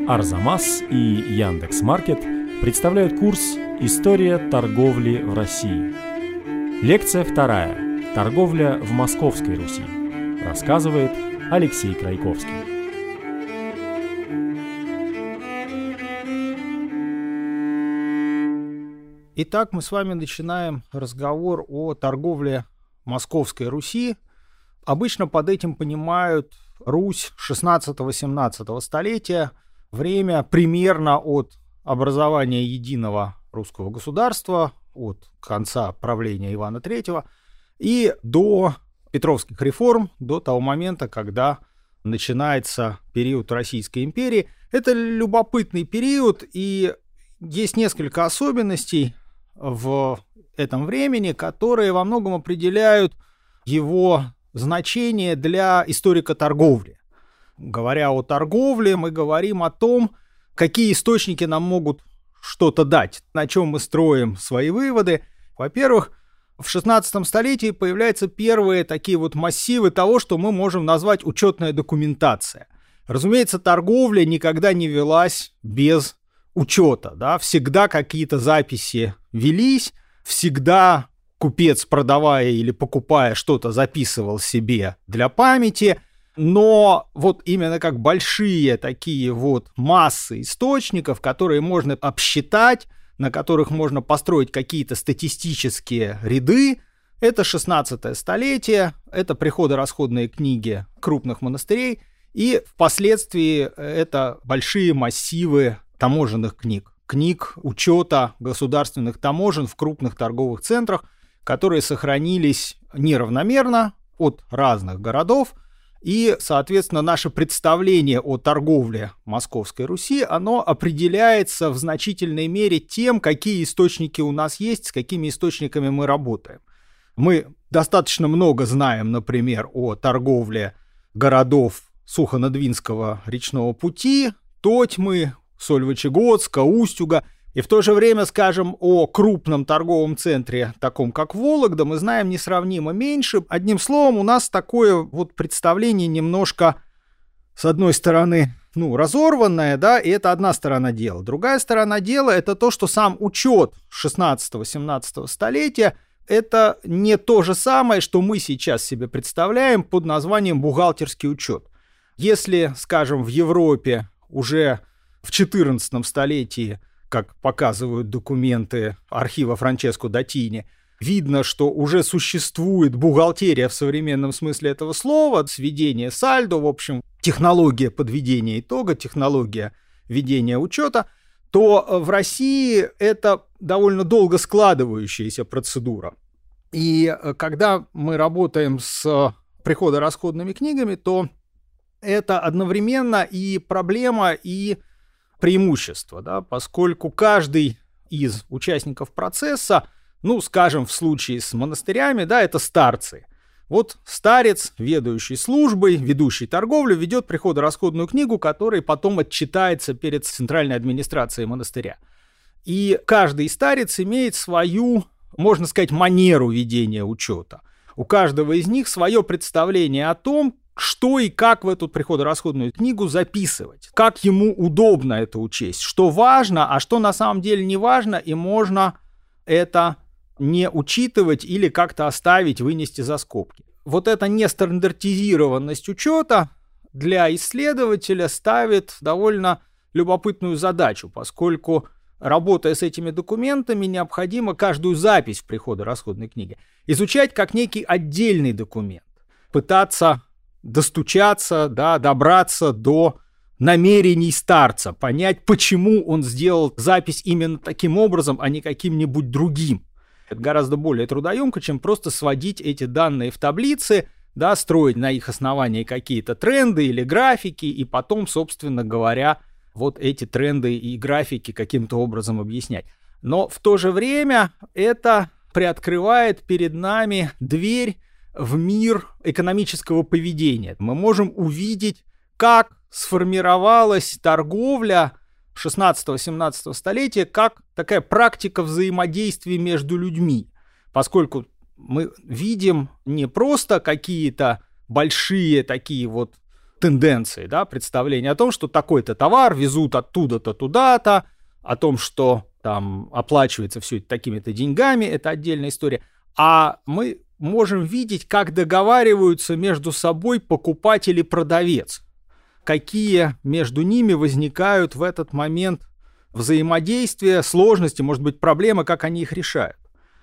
Арзамас и Яндекс.Маркет представляют курс «История торговли в России». Лекция 2. Торговля в Московской Руси. Рассказывает Алексей Крайковский. Итак, мы с вами начинаем разговор о торговле Московской Руси. Обычно под этим понимают Русь 16-18 столетия, время примерно от образования единого русского государства, от конца правления Ивана III и до Петровских реформ, до того момента, когда начинается период Российской империи. Это любопытный период, и есть несколько особенностей в этом времени, которые во многом определяют его значение для историка торговли. Говоря о торговле, мы говорим о том, какие источники нам могут что-то дать, на чем мы строим свои выводы. Во-первых, в 16 столетии появляются первые такие вот массивы того, что мы можем назвать учетная документация. Разумеется, торговля никогда не велась без учета, да? Всегда какие-то записи велись, всегда купец, продавая или покупая что-то, записывал себе для памяти, но вот именно как большие такие вот массы источников, которые можно обсчитать, на которых можно построить какие-то статистические ряды, это 16 столетие, это приходо-расходные книги крупных монастырей, и впоследствии это большие массивы таможенных книг учета государственных таможен в крупных торговых центрах, которые сохранились неравномерно от разных городов, и, соответственно, наше представление о торговле Московской Руси, оно определяется в значительной мере тем, какие источники у нас есть, с какими источниками мы работаем. Мы достаточно много знаем, например, о торговле городов Сухо-Надвинского речного пути, Тотьмы, Сольвычегодска, Устюга, и в то же время, скажем, о крупном торговом центре, таком как Вологда, мы знаем несравнимо меньше. Одним словом, у нас такое вот представление немножко, с одной стороны, разорванное, да, и это одна сторона дела. Другая сторона дела — это то, что сам учет 16-17 столетия — это не то же самое, что мы сейчас себе представляем под названием бухгалтерский учет. Если, скажем, в Европе уже в XIV столетии, как показывают документы архива Франческо Датини, видно, что уже существует бухгалтерия в современном смысле этого слова, сведение сальдо, в общем, технология подведения итога, технология ведения учета, то в России это довольно долго складывающаяся процедура. И когда мы работаем с приходо-расходными книгами, то это одновременно и проблема, и преимущество, да, поскольку каждый из участников процесса, скажем, в случае с монастырями, да, это старцы. Вот старец, ведающий службой, ведущий торговлю, ведет приходо-расходную книгу, которая потом отчитается перед центральной администрацией монастыря. И каждый старец имеет свою, можно сказать, манеру ведения учета. У каждого из них свое представление о том, что и как в эту приходо-расходную книгу записывать, как ему удобно это учесть, что важно, а что на самом деле не важно, и можно это не учитывать или как-то оставить, вынести за скобки. Вот эта нестандартизированность учета для исследователя ставит довольно любопытную задачу, поскольку, работая с этими документами, необходимо каждую запись в приходо-расходной книге изучать как некий отдельный документ, пытаться достучаться, да, добраться до намерений старца, понять, почему он сделал запись именно таким образом, а не каким-нибудь другим. Это гораздо более трудоемко, чем просто сводить эти данные в таблицы, да, строить на их основании какие-то тренды или графики, и потом, собственно говоря, вот эти тренды и графики каким-то образом объяснять. Но в то же время это приоткрывает перед нами дверь в мир экономического поведения. Мы можем увидеть, как сформировалась торговля 16-17 столетия как такая практика взаимодействия между людьми, поскольку мы видим не просто какие-то большие такие вот тенденции, да, представление о том, что такой-то товар везут оттуда-то туда-то, о том, что там оплачивается все это такими-то деньгами, это отдельная история. А мы можем видеть, как договариваются между собой покупатель и продавец, какие между ними возникают в этот момент взаимодействия, сложности, может быть, проблемы, как они их решают.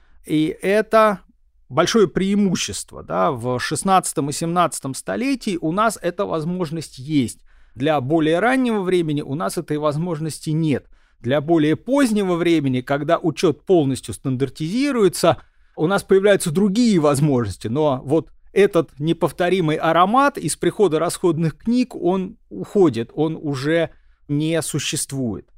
И это большое преимущество. Да? В 16 и 17 столетии у нас эта возможность есть. Для более раннего времени у нас этой возможности нет. Для более позднего времени, когда учет полностью стандартизируется, у нас появляются другие возможности. Но вот этот неповторимый аромат из прихода расходных книг, он уходит, он уже не существует.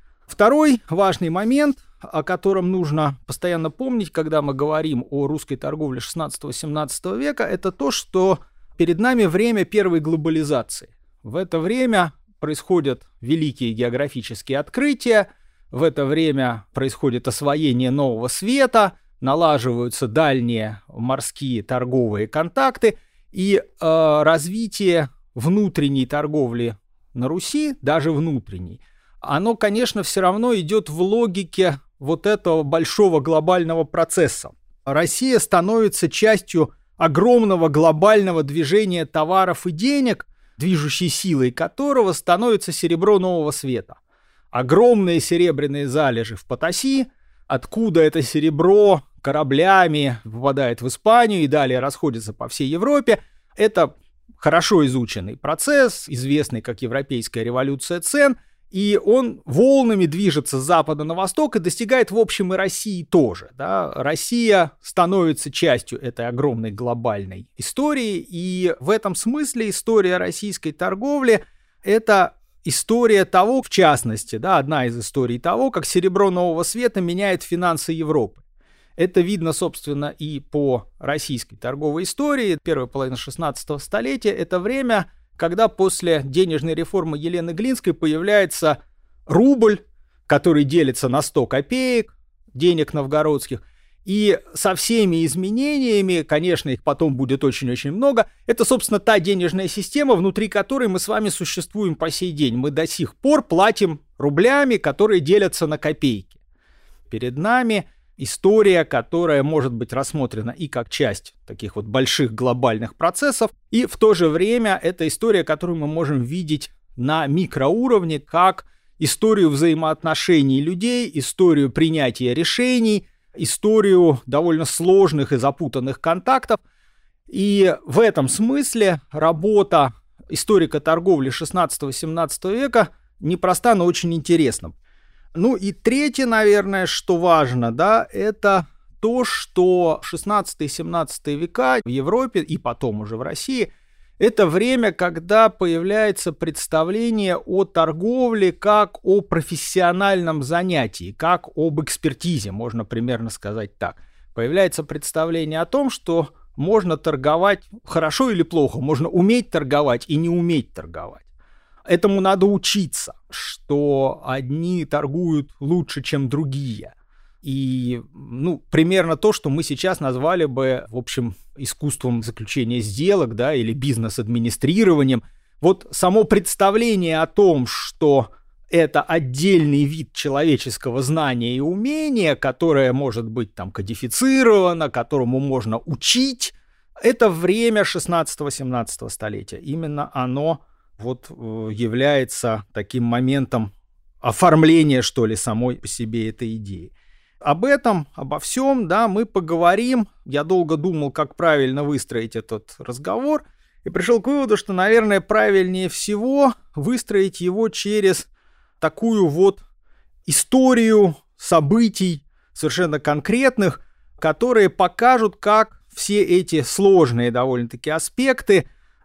Второй важный момент, о котором нужно постоянно помнить, когда мы говорим о русской торговле 16-17 века, это то, что перед нами время первой глобализации. В это время происходят великие географические открытия, в это время происходит освоение нового света, налаживаются дальние морские торговые контакты, и развитие внутренней торговли на Руси, даже внутренней, оно, конечно, все равно идет в логике вот этого большого глобального процесса. Россия становится частью огромного глобального движения товаров и денег, движущей силой которого становится серебро нового света. Огромные серебряные залежи в Потаси, откуда это серебро кораблями попадает в Испанию и далее расходится по всей Европе. Это хорошо изученный процесс, известный как Европейская революция цен, и он волнами движется с запада на восток и достигает, в общем, и России тоже. Да? Россия становится частью этой огромной глобальной истории, и в этом смысле история российской торговли – это история того, в частности, да, одна из историй того, как серебро нового света меняет финансы Европы. Это видно, собственно, и по российской торговой истории. Первая половина 16 столетия – это время, когда после денежной реформы Елены Глинской появляется рубль, который делится на 100 копеек денег новгородских, и со всеми изменениями, конечно, их потом будет очень-очень много, это, собственно, та денежная система, внутри которой мы с вами существуем по сей день. Мы до сих пор платим рублями, которые делятся на копейки. Перед нами история, которая может быть рассмотрена и как часть таких вот больших глобальных процессов, и в то же время это история, которую мы можем видеть на микроуровне, как историю взаимоотношений людей, историю принятия решений, историю довольно сложных и запутанных контактов. И в этом смысле работа историка торговли 16-17 века непроста, но очень интересна. Ну и третье, наверное, что важно, да, это то, что 16 и 17 века в Европе и потом уже в России это время, когда появляется представление о торговле как о профессиональном занятии, как об экспертизе, можно примерно сказать так. Появляется представление о том, что можно торговать хорошо или плохо, можно уметь торговать и не уметь торговать. Этому надо учиться, что одни торгуют лучше, чем другие. И, примерно то, что мы сейчас назвали бы, в общем, искусством заключения сделок, да, или бизнес-администрированием. Вот само представление о том, что это отдельный вид человеческого знания и умения, которое может быть там кодифицировано, которому можно учить, это время 16-17 столетия. Именно оно вот является таким моментом оформления, что ли, самой по себе этой идеи. Об этом, обо всем, да, мы поговорим. Я долго думал, как правильно выстроить этот разговор, и пришел к выводу, что, наверное, правильнее всего выстроить его через такую вот историю событий совершенно конкретных, которые покажут, как все эти сложные довольно-таки аспекты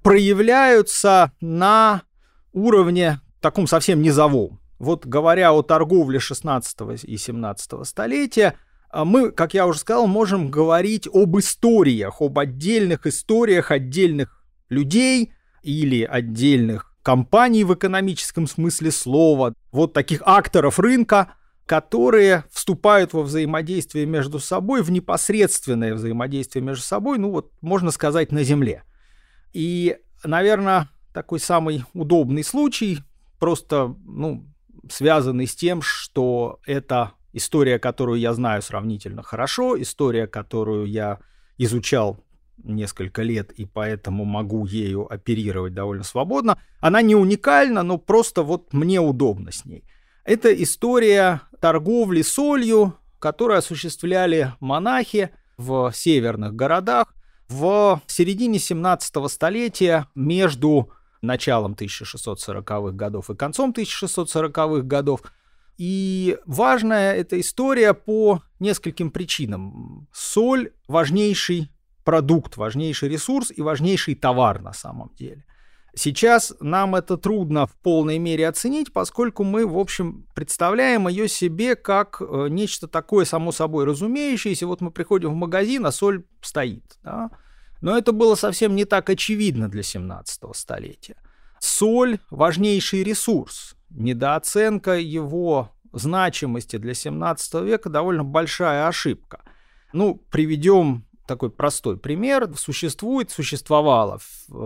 проявляются на уровне таком совсем низовом. Вот говоря о торговле 16 и 17 столетия, мы, как я уже сказал, можем говорить об историях, об отдельных историях отдельных людей или отдельных компаний в экономическом смысле слова, вот таких акторов рынка, которые вступают во взаимодействие между собой, в непосредственное взаимодействие между собой, можно сказать, на земле. И, наверное, такой самый удобный случай, просто, связанный с тем, что это история, которую я знаю сравнительно хорошо, история, которую я изучал несколько лет, и поэтому могу ею оперировать довольно свободно. Она не уникальна, но просто вот мне удобно с ней. Это история торговли солью, которую осуществляли монахи в северных городах в середине 17 столетия между началом 1640-х годов и концом 1640-х годов. И важная эта история по нескольким причинам. Соль – важнейший продукт, важнейший ресурс и важнейший товар на самом деле. Сейчас нам это трудно в полной мере оценить, поскольку мы, в общем, представляем ее себе как нечто такое само собой разумеющееся. Вот мы приходим в магазин, а соль стоит. Да? Но это было совсем не так очевидно для 17 столетия. Соль – важнейший ресурс. Недооценка его значимости для 17 века довольно большая ошибка. Приведем такой простой пример. Существовала,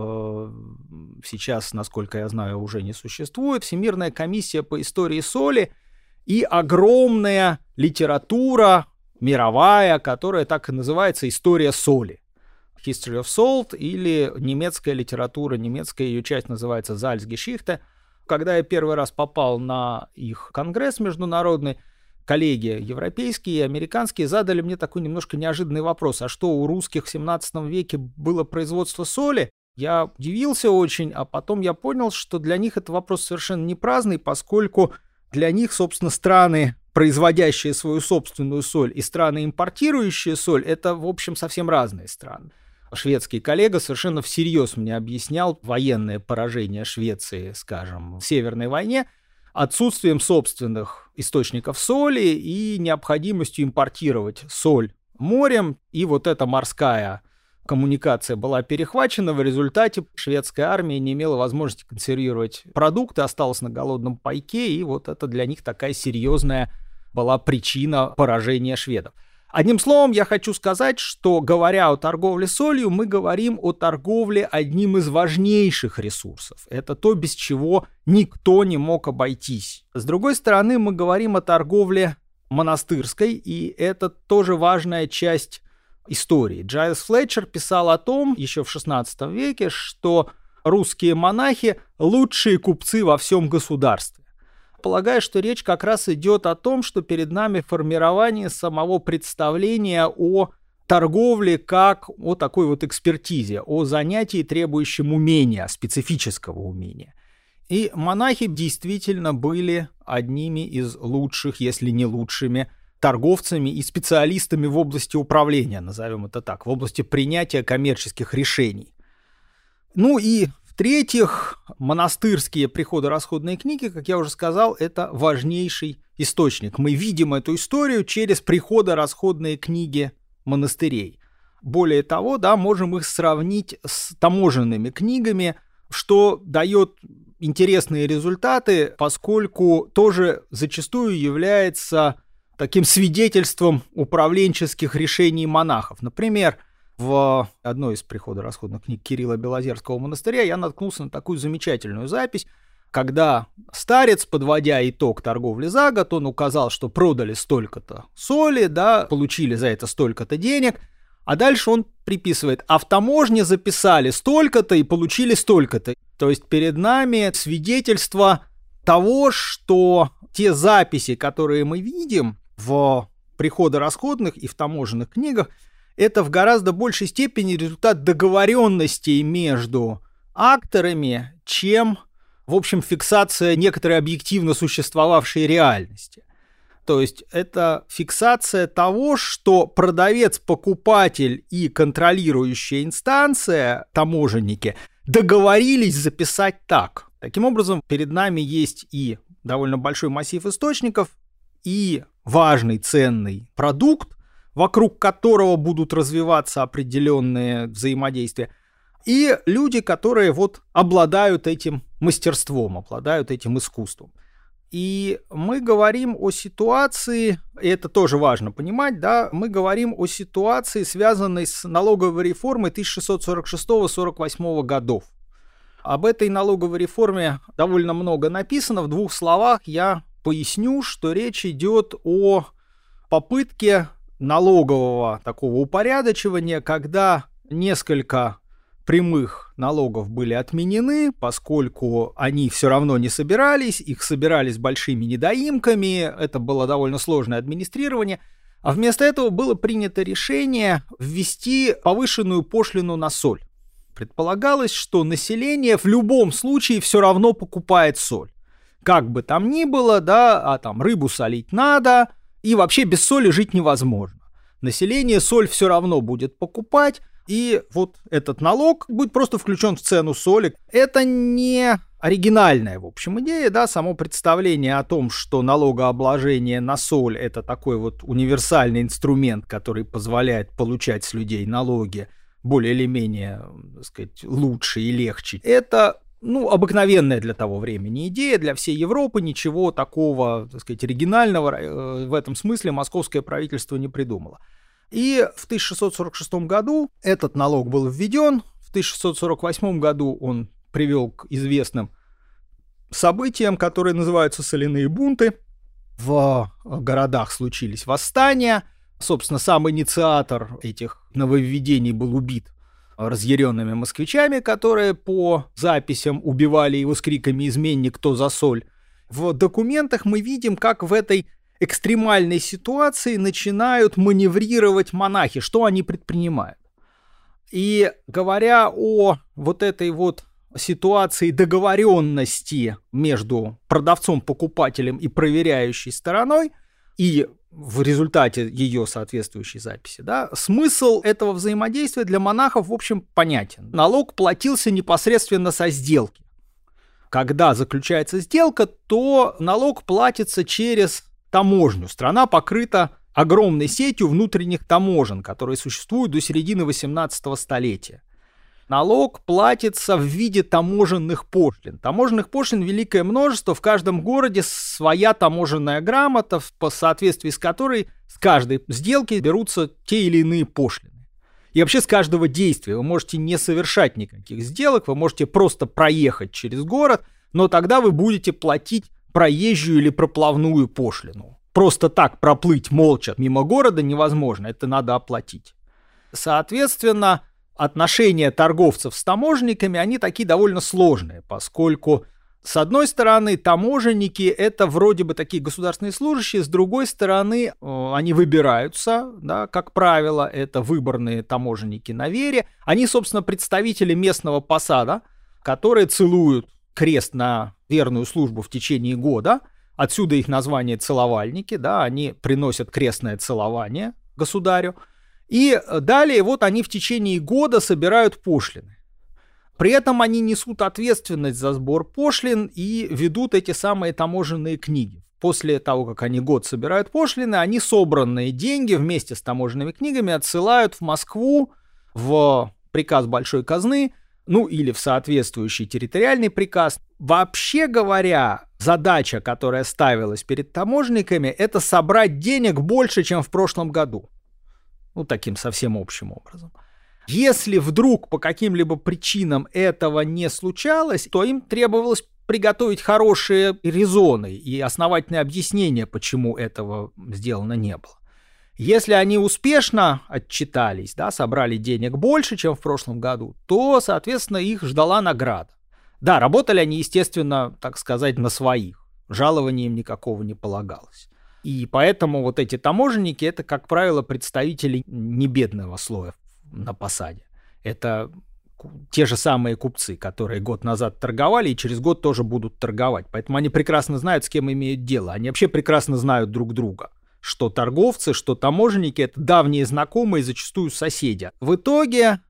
сейчас, насколько я знаю, уже не существует, Всемирная комиссия по истории соли и огромная литература мировая, которая так и называется «История соли». History of Salt, или немецкая литература, немецкая ее часть называется Salzgeschichte. Когда я первый раз попал на их конгресс международный, коллеги европейские и американские задали мне такой немножко неожиданный вопрос: а что, у русских в 17 веке было производство соли? Я удивился очень, а потом я понял, что для них это вопрос совершенно не праздный, поскольку для них, собственно, страны, производящие свою собственную соль, и страны, импортирующие соль, это, в общем, совсем разные страны. Шведский коллега совершенно всерьез мне объяснял военное поражение Швеции, скажем, в Северной войне отсутствием собственных источников соли и необходимостью импортировать соль морем. И вот эта морская коммуникация была перехвачена. В результате шведская армия не имела возможности консервировать продукты, осталась на голодном пайке, и вот это для них такая серьезная была причина поражения шведов. Одним словом, я хочу сказать, что, говоря о торговле солью, мы говорим о торговле одним из важнейших ресурсов. Это то, без чего никто не мог обойтись. С другой стороны, мы говорим о торговле монастырской, и это тоже важная часть истории. Джайлс Флетчер писал о том, еще в XVI веке, что русские монахи – лучшие купцы во всем государстве. Полагаю, что речь как раз идет о том, что перед нами формирование самого представления о торговле как о такой вот экспертизе, о занятии, требующем умения, специфического умения. И монахи действительно были одними из лучших, если не лучшими, торговцами и специалистами в области управления, назовем это так, в области принятия коммерческих решений. И в-третьих, монастырские приходо-расходные книги, как я уже сказал, это важнейший источник. Мы видим эту историю через приходо-расходные книги монастырей. Более того, можем их сравнить с таможенными книгами, что дает интересные результаты, поскольку тоже зачастую является таким свидетельством управленческих решений монахов. Например, в одной из приходо-расходных книг Кирилла Белозерского монастыря я наткнулся на такую замечательную запись, когда старец, подводя итог торговли за год, он указал, что продали столько-то соли, получили за это столько-то денег, а дальше он приписывает: а в таможне записали столько-то и получили столько-то. То есть перед нами свидетельство того, что те записи, которые мы видим в приходо-расходных и в таможенных книгах, это в гораздо большей степени результат договоренностей между акторами, чем, в общем, фиксация некоторой объективно существовавшей реальности. То есть это фиксация того, что продавец, покупатель и контролирующая инстанция, таможенники, договорились записать так. Таким образом, перед нами есть и довольно большой массив источников, и важный ценный продукт, вокруг которого будут развиваться определенные взаимодействия, и люди, которые обладают этим мастерством, обладают этим искусством. И мы говорим о ситуации, и это тоже важно понимать, мы говорим о ситуации, связанной с налоговой реформой 1646-48 годов. Об этой налоговой реформе довольно много написано. В 2 словах я поясню, что речь идет о попытке налогового такого упорядочивания, когда несколько прямых налогов были отменены, поскольку они все равно не собирались, их собирались большими недоимками, это было довольно сложное администрирование, а вместо этого было принято решение ввести повышенную пошлину на соль. Предполагалось, что население в любом случае все равно покупает соль. Как бы там ни было, да, а там рыбу солить надо, и вообще без соли жить невозможно. Население соль все равно будет покупать, и вот этот налог будет просто включен в цену соли. Это не оригинальная, в общем, идея, да, само представление о том, что налогообложение на соль — это такой вот универсальный инструмент, который позволяет получать с людей налоги более или менее, так сказать, лучше и легче. Это, обыкновенная для того времени идея, для всей Европы, ничего такого, так сказать, оригинального в этом смысле московское правительство не придумало. И в 1646 году этот налог был введен, в 1648 году он привел к известным событиям, которые называются соляные бунты. В городах случились восстания. Собственно, сам инициатор этих нововведений был убит разъяренными москвичами, которые по записям убивали его с криками «Изменник, кто за соль?». В документах мы видим, как в этой экстремальной ситуации начинают маневрировать монахи, что они предпринимают. И говоря о вот этой вот ситуации договоренности между продавцом-покупателем и проверяющей стороной, и в результате ее соответствующей записи, да, смысл этого взаимодействия для монахов, в общем, понятен. Налог платился непосредственно со сделки. Когда заключается сделка, то налог платится через таможню. Страна покрыта огромной сетью внутренних таможен, которые существуют до середины 18 столетия. Налог платится в виде таможенных пошлин. Таможенных пошлин великое множество, в каждом городе своя таможенная грамота, по соответствии с которой с каждой сделки берутся те или иные пошлины. И вообще с каждого действия вы можете не совершать никаких сделок, вы можете просто проехать через город, но тогда вы будете платить проезжую или проплавную пошлину. Просто так проплыть молча мимо города невозможно, это надо оплатить. Соответственно, отношения торговцев с таможенниками, они такие довольно сложные, поскольку, с одной стороны, таможенники — это вроде бы такие государственные служащие, с другой стороны, они выбираются, да, как правило, это выборные таможенники на вере. Они, собственно, представители местного посада, которые целуют крест на верную службу в течение года. Отсюда их название целовальники, да, они приносят крестное целование государю. И далее вот они в течение года собирают пошлины. При этом они несут ответственность за сбор пошлин и ведут эти самые таможенные книги. После того, как они год собирают пошлины, они собранные деньги вместе с таможенными книгами отсылают в Москву в приказ Большой казны, или в соответствующий территориальный приказ. Вообще говоря, задача, которая ставилась перед таможенниками, это собрать денег больше, чем в прошлом году. Таким совсем общим образом. Если вдруг по каким-либо причинам этого не случалось, то им требовалось приготовить хорошие резоны и основательные объяснения, почему этого сделано не было. Если они успешно отчитались, да, собрали денег больше, чем в прошлом году, то, соответственно, их ждала награда. Да, работали они, естественно, так сказать, на своих. Жалования им никакого не полагалось. И поэтому вот эти таможенники — это, как правило, представители небедного слоя на посаде. Это те же самые купцы, которые год назад торговали и через год тоже будут торговать. Поэтому они прекрасно знают, с кем имеют дело. Они вообще прекрасно знают друг друга. Что торговцы, что таможенники — это давние знакомые, зачастую соседи. В итоге,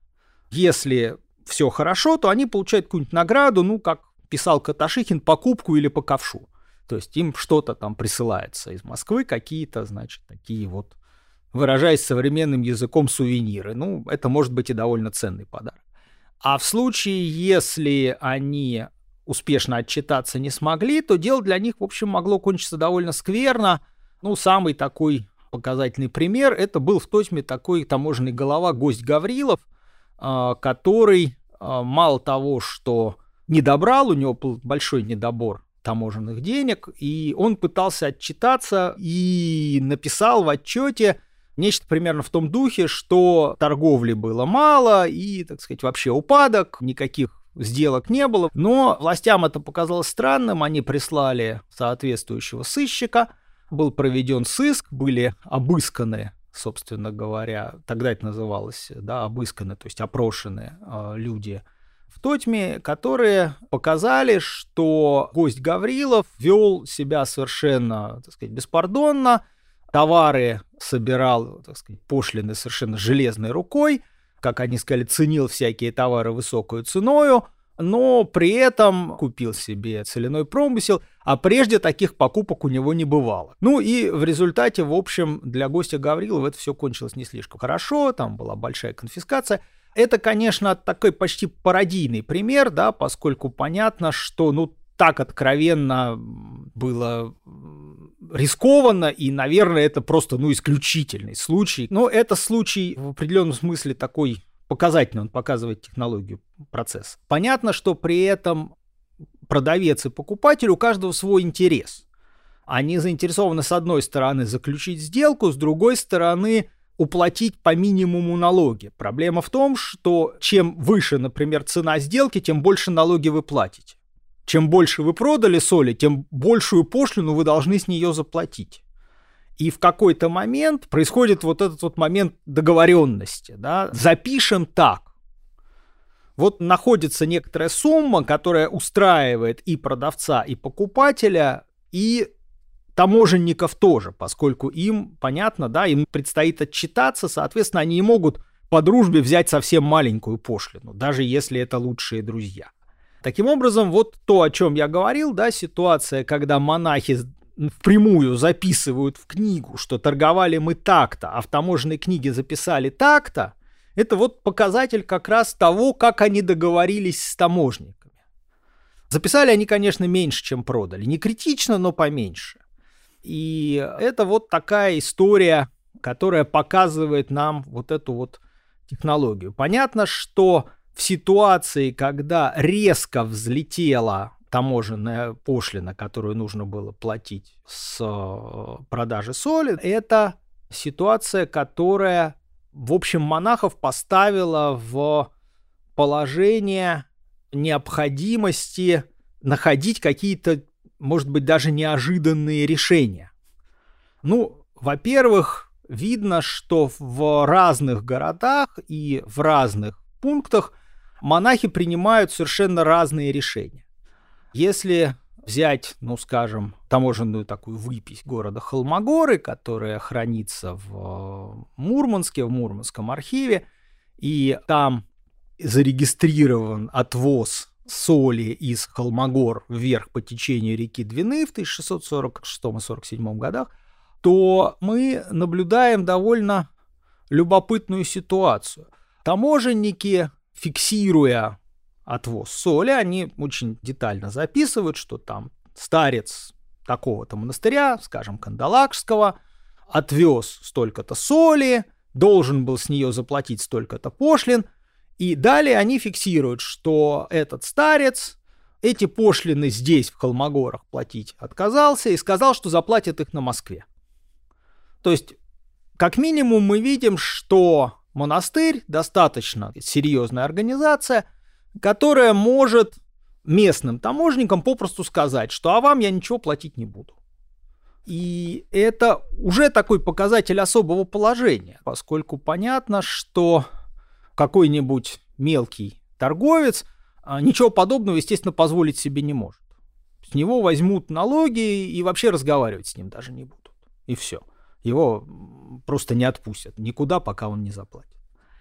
если все хорошо, то они получают какую-нибудь награду, как писал Каташихин, покупку или по ковшу. То есть им что-то там присылается из Москвы, какие-то, значит, такие вот, выражаясь современным языком, сувениры. Это может быть и довольно ценный подарок. А в случае, если они успешно отчитаться не смогли, то дело для них, в общем, могло кончиться довольно скверно. Самый такой показательный пример — это был в Тотьме такой таможенный голова гость Гаврилов, который мало того, что не добрал, у него был большой недобор таможенных денег, и он пытался отчитаться и написал в отчете нечто примерно в том духе, что торговли было мало и, так сказать, вообще упадок, никаких сделок не было. Но властям это показалось странным, они прислали соответствующего сыщика, был проведен сыск, были обысканы, собственно говоря, тогда это называлось, да, обысканы, то есть опрошены люди в Тотьме, которые показали, что гость Гаврилов вел себя совершенно, так сказать, беспардонно, товары собирал, так сказать, пошлины совершенно железной рукой, как они сказали, ценил всякие товары высокую ценою, но при этом купил себе соляной промысел, а прежде таких покупок у него не бывало. Ну и в результате, в общем, для гостя Гаврилова это все кончилось не слишком хорошо, там была большая конфискация. Это, конечно, такой почти пародийный пример, да, поскольку понятно, что, ну, так откровенно было рискованно, и, наверное, это просто, ну, исключительный случай. Но это случай в определенном смысле такой показательный, он показывает технологию процесса. Понятно, что при этом продавец и покупатель, у каждого свой интерес. Они заинтересованы, с одной стороны, заключить сделку, с другой стороны, уплатить по минимуму налоги. Проблема в том, что чем выше, например, цена сделки, тем больше налоги вы платите. Чем больше вы продали соли, тем большую пошлину вы должны с нее заплатить. И в какой-то момент происходит вот этот вот момент договоренности. Да? Запишем так. Вот находится некоторая сумма, которая устраивает и продавца, и покупателя, и таможенников тоже, поскольку им, понятно, да, им предстоит отчитаться, соответственно, они не могут по дружбе взять совсем маленькую пошлину, даже если это лучшие друзья. Таким образом, вот то, о чем я говорил, да, ситуация, когда монахи впрямую записывают в книгу, что торговали мы так-то, а в таможенной книге записали так-то, это вот показатель как раз того, как они договорились с таможниками. Записали они, конечно, меньше, чем продали. Не критично, но поменьше. И это вот такая история, которая показывает нам вот эту вот технологию. Понятно, что в ситуации, когда резко взлетела таможенная пошлина, которую нужно было платить с продажи соли, это ситуация, которая, в общем, монахов поставила в положение необходимости находить какие-то, может быть, даже неожиданные решения. Ну, во-первых, видно, что в разных городах и в разных пунктах монахи принимают совершенно разные решения. Если взять, ну, скажем, таможенную такую выпись города Холмогоры, которая хранится в Мурманске, в Мурманском архиве, и там зарегистрирован отвоз соли из Холмогор вверх по течению реки Двины в 1646 и 1647 годах, то мы наблюдаем довольно любопытную ситуацию. Таможенники, фиксируя отвоз соли, они очень детально записывают, что там старец такого-то монастыря, скажем, Кандалакшского, отвез столько-то соли, должен был с нее заплатить столько-то пошлин, и далее они фиксируют, что этот старец эти пошлины здесь, в Холмогорах, платить отказался и сказал, что заплатит их на Москве. То есть, как минимум, мы видим, что монастырь достаточно серьезная организация, которая может местным таможенникам попросту сказать, что «а вам я ничего платить не буду». И это уже такой показатель особого положения, поскольку понятно, что какой-нибудь мелкий торговец ничего подобного, естественно, позволить себе не может. С него возьмут налоги и вообще разговаривать с ним даже не будут. И все. Его просто не отпустят никуда, пока он не заплатит.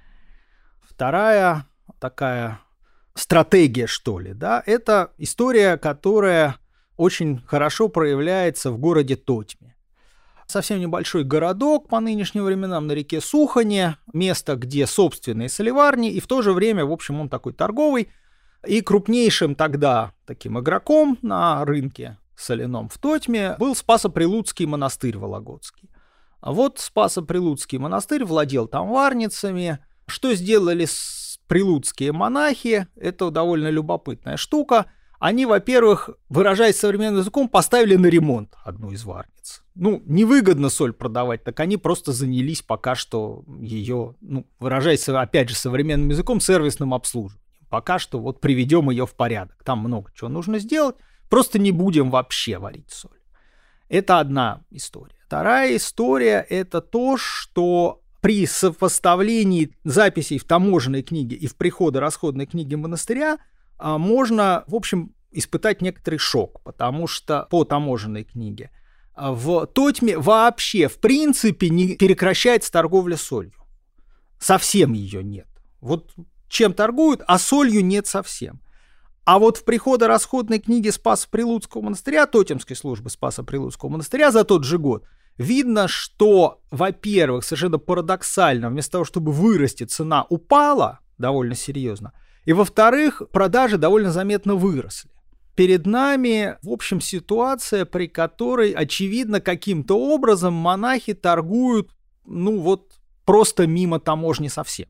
Вторая такая стратегия, что ли, да, это история, которая очень хорошо проявляется в городе Тотьме. Совсем небольшой городок по нынешним временам на реке Сухане, место, где собственные соливарни, и в то же время, в общем, он такой торговый, и крупнейшим тогда таким игроком на рынке соляном в Тотьме был Спасо-Прилуцкий монастырь Вологодский. А вот Спасо-Прилуцкий монастырь владел там варницами. Что сделали прилуцкие монахи, это довольно любопытная штука, они, во-первых, выражаясь современным языком, поставили на ремонт одну из варниц. Невыгодно соль продавать, так они просто занялись пока что ее, выражаясь, опять же, современным языком, сервисным обслуживанием. Пока что вот приведем ее в порядок. Там много чего нужно сделать, просто не будем вообще варить соль. Это одна история. Вторая история – это то, что при сопоставлении записей в таможенной книге и в приходо-расходной книге монастыря можно, в общем, испытать некоторый шок, потому что по таможенной книге в Тотьме вообще, в принципе, не прекращается торговля солью. Совсем ее нет. Вот чем торгуют, а солью нет совсем. А вот в приходо-расходной книге Спасо-Прилуцкого монастыря, Тотемской службы Спасо-Прилуцкого монастыря за тот же год, видно, что, во-первых, совершенно парадоксально, вместо того, чтобы вырасти, цена упала довольно серьезно, и, во-вторых, продажи довольно заметно выросли. Перед нами, в общем, ситуация, при которой, очевидно, каким-то образом монахи торгуют, просто мимо таможни совсем.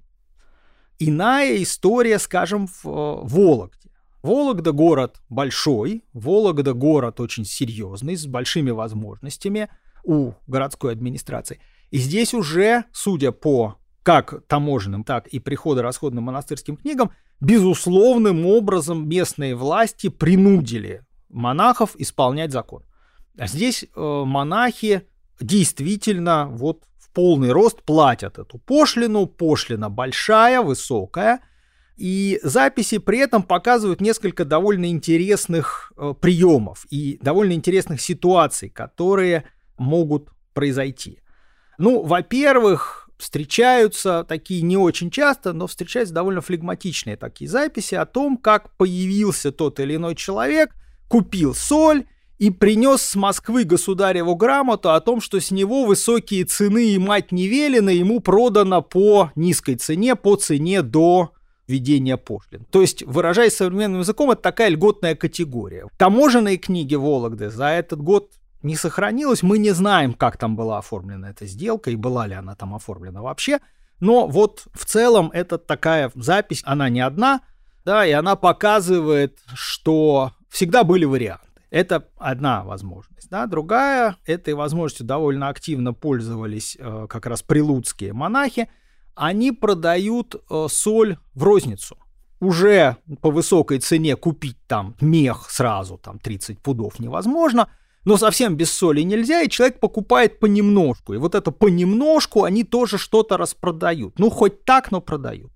Иная история, скажем, в Вологде. Вологда город большой, Вологда город очень серьезный, с большими возможностями у городской администрации. И здесь уже, судя по как таможенным, так и приходо-расходным монастырским книгам, безусловным образом местные власти принудили монахов исполнять закон. А здесь монахи действительно вот в полный рост платят эту пошлину. Пошлина большая, высокая. И записи при этом показывают несколько довольно интересных приемов и довольно интересных ситуаций, которые могут произойти. Во-первых, встречаются такие не очень часто, но встречаются довольно флегматичные такие записи о том, как появился тот или иной человек, купил соль и принес с Москвы государеву грамоту о том, что с него высокие цены и мать не велено, ему продано по низкой цене, по цене до введения пошлин. То есть, выражаясь современным языком, это такая льготная категория. Таможенные книги Вологды за этот год не сохранилось, мы не знаем, как там была оформлена эта сделка и была ли она там оформлена вообще, но вот в целом это такая запись, она не одна, да, и она показывает, что всегда были варианты. Это одна возможность, да. Другая, этой возможностью довольно активно пользовались как раз прилуцкие монахи, они продают соль в розницу. Уже по высокой цене купить там мех сразу, там 30 пудов невозможно, но совсем без соли нельзя, и человек покупает понемножку. И вот это понемножку они тоже что-то распродают. Хоть так, но продают.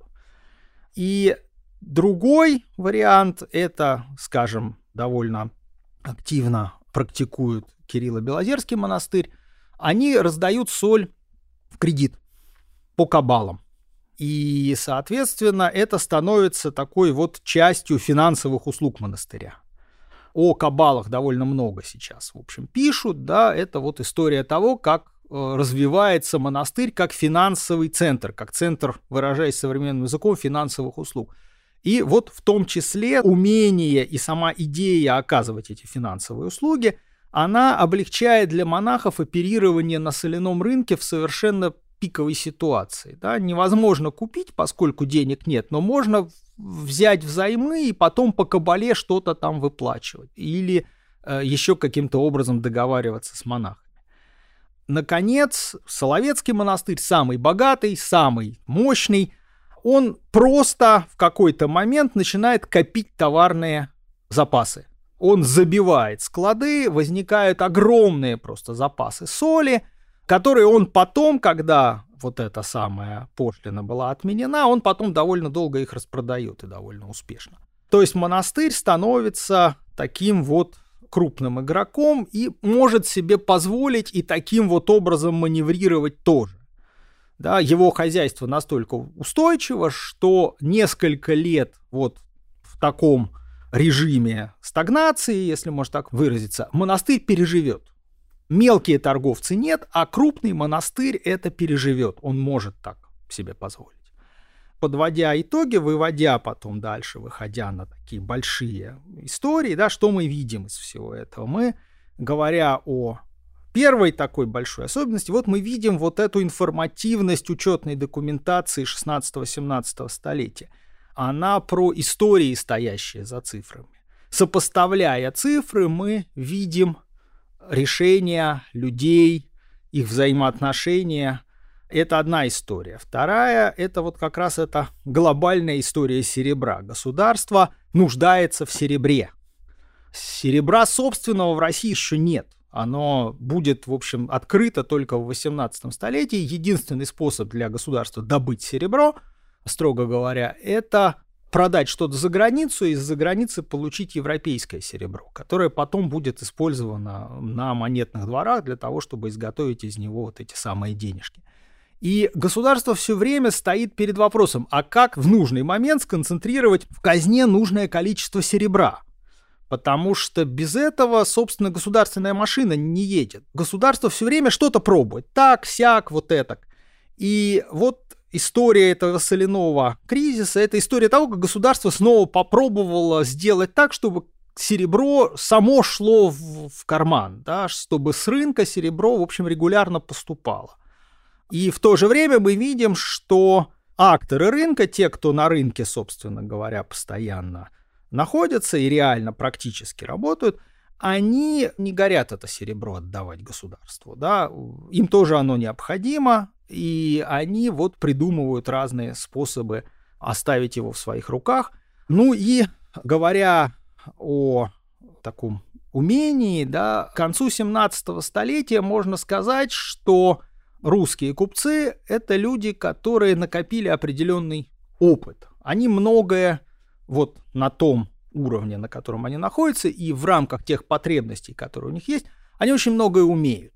И другой вариант, это, скажем, довольно активно практикует Кирилло-Белозерский монастырь. Они раздают соль в кредит по кабалам. И, соответственно, это становится такой вот частью финансовых услуг монастыря. О кабалах довольно много сейчас, в общем, пишут, да, это вот история того, как развивается монастырь как финансовый центр, как центр, выражаясь современным языком, финансовых услуг. И вот в том числе умение и сама идея оказывать эти финансовые услуги, она облегчает для монахов оперирование на соляном рынке в совершенно пиковой ситуации. Да? Невозможно купить, поскольку денег нет, но можно взять взаймы и потом по кабале что-то там выплачивать или еще каким-то образом договариваться с монахами. Наконец, Соловецкий монастырь, самый богатый, самый мощный, он просто в какой-то момент начинает копить товарные запасы. Он забивает склады, возникают огромные просто запасы соли, которые он потом, когда вот эта самая пошлина была отменена, он потом довольно долго их распродает и довольно успешно. То есть монастырь становится таким вот крупным игроком и может себе позволить и таким вот образом маневрировать тоже. Да, его хозяйство настолько устойчиво, что несколько лет вот в таком режиме стагнации, если можно так выразиться, монастырь переживет. Мелкие торговцы нет, а крупный монастырь это переживет. Он может так себе позволить. Подводя итоги, выводя потом дальше, выходя на такие большие истории, да, что мы видим из всего этого? Мы, говоря о первой такой большой особенности, вот мы видим вот эту информативность учетной документации 16-17 столетия. она про истории, стоящие за цифрами. Сопоставляя цифры, мы видим решения людей, их взаимоотношения. Это одна история. Вторая – это вот как раз эта глобальная история серебра. Государство нуждается в серебре. Серебра собственного в России еще нет. Оно будет, в общем, открыто только в 18 столетии. Единственный способ для государства добыть серебро, строго говоря, это продать что-то за границу и из-за границы получить европейское серебро, которое потом будет использовано на монетных дворах для того, чтобы изготовить из него вот эти самые денежки. И государство все время стоит перед вопросом, а как в нужный момент сконцентрировать в казне нужное количество серебра? Потому что без этого, собственно, государственная машина не едет. Государство все время что-то пробует. Так, сяк, вот это. И вот история этого соляного кризиса – это история того, как государство снова попробовало сделать так, чтобы серебро само шло в карман, да, чтобы с рынка серебро, в общем, регулярно поступало. И в то же время мы видим, что акторы рынка, те, кто на рынке, собственно говоря, постоянно находятся и реально практически работают, они не горят это серебро отдавать государству. Да? Им тоже оно необходимо, и они вот придумывают разные способы оставить его в своих руках. Ну и говоря о таком умении, да, к концу 17 столетия можно сказать, что русские купцы – это люди, которые накопили определенный опыт. Они многое вот на том уровне, на котором они находятся, и в рамках тех потребностей, которые у них есть, они очень многое умеют.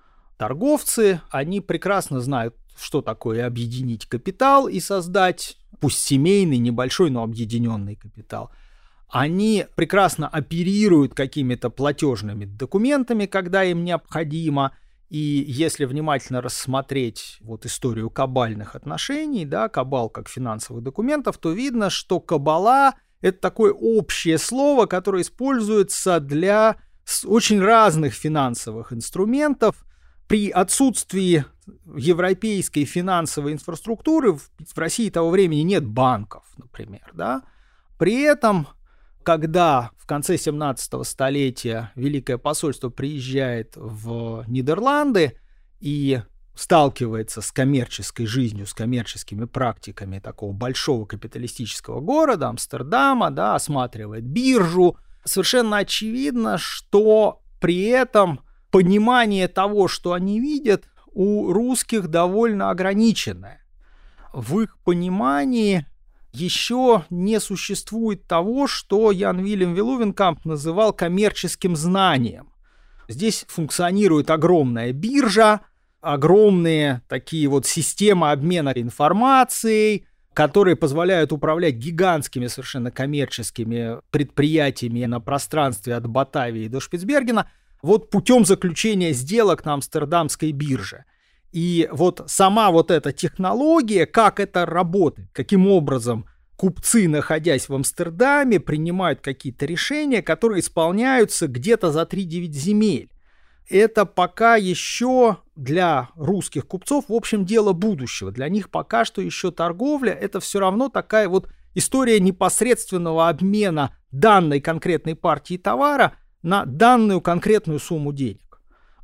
Торговцы, они прекрасно знают, что такое объединить капитал и создать, пусть семейный, небольшой, но объединенный капитал. Они прекрасно оперируют какими-то платежными документами, когда им необходимо. И если внимательно рассмотреть вот историю кабальных отношений, да, кабал как финансовых документов, то видно, что кабала – это такое общее слово, которое используется для очень разных финансовых инструментов. При отсутствии европейской финансовой инфраструктуры в России того времени нет банков, например. Да? При этом, когда в конце 17 столетия Великое посольство приезжает в Нидерланды и сталкивается с коммерческой жизнью, с коммерческими практиками такого большого капиталистического города, Амстердама, да, осматривает биржу, совершенно очевидно, что при этом понимание того, что они видят, у русских довольно ограниченное. В их понимании еще не существует того, что Ян Вильям Велувенкамп называл коммерческим знанием. Здесь функционирует огромная биржа, огромные такие вот системы обмена информацией, которые позволяют управлять гигантскими совершенно коммерческими предприятиями на пространстве от Батавии до Шпицбергена, вот путем заключения сделок на Амстердамской бирже. И вот сама вот эта технология, как это работает, каким образом купцы, находясь в Амстердаме, принимают какие-то решения, которые исполняются где-то за 3-9 земель. Это пока еще для русских купцов, в общем, дело будущего. Для них пока что еще торговля – это все равно такая вот история непосредственного обмена данной конкретной партии товара на данную конкретную сумму денег,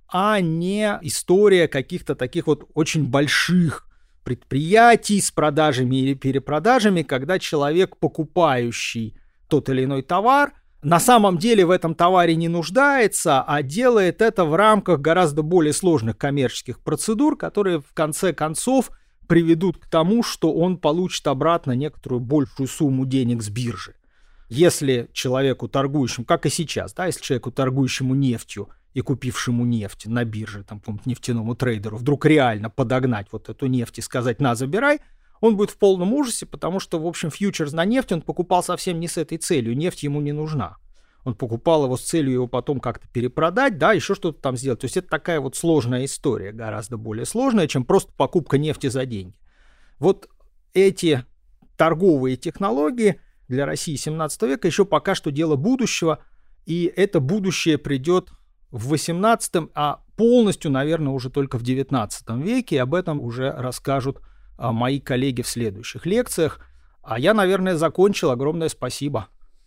а не история каких-то таких вот очень больших предприятий с продажами или перепродажами, когда человек, покупающий тот или иной товар, на самом деле в этом товаре не нуждается, а делает это в рамках гораздо более сложных коммерческих процедур, которые в конце концов приведут к тому, что он получит обратно некоторую большую сумму денег с биржи. Если человеку, торгующему, как и сейчас, да, если человеку, торгующему нефтью и купившему нефть на бирже, там, нефтяному трейдеру, вдруг реально подогнать вот эту нефть и сказать «на, забирай», он будет в полном ужасе, потому что, в общем, фьючерс на нефть он покупал совсем не с этой целью, нефть ему не нужна. Он покупал его с целью его потом как-то перепродать, да, еще что-то там сделать. То есть это такая вот сложная история, гораздо более сложная, чем просто покупка нефти за деньги. Вот эти торговые технологии для России 17 века еще пока что дело будущего, и это будущее придет в 18, а полностью, наверное, уже только в 19 веке, и об этом уже расскажут мои коллеги в следующих лекциях. А я, наверное, закончил. Огромное спасибо.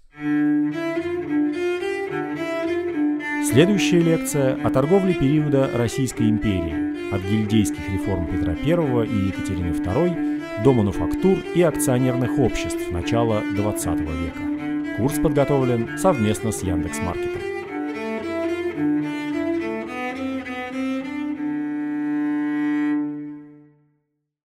Следующая лекция о торговле периода Российской империи, от гильдейских реформ Петра I и Екатерины II до мануфактур и акционерных обществ начала XX века. Курс подготовлен совместно с Яндекс.Маркетом.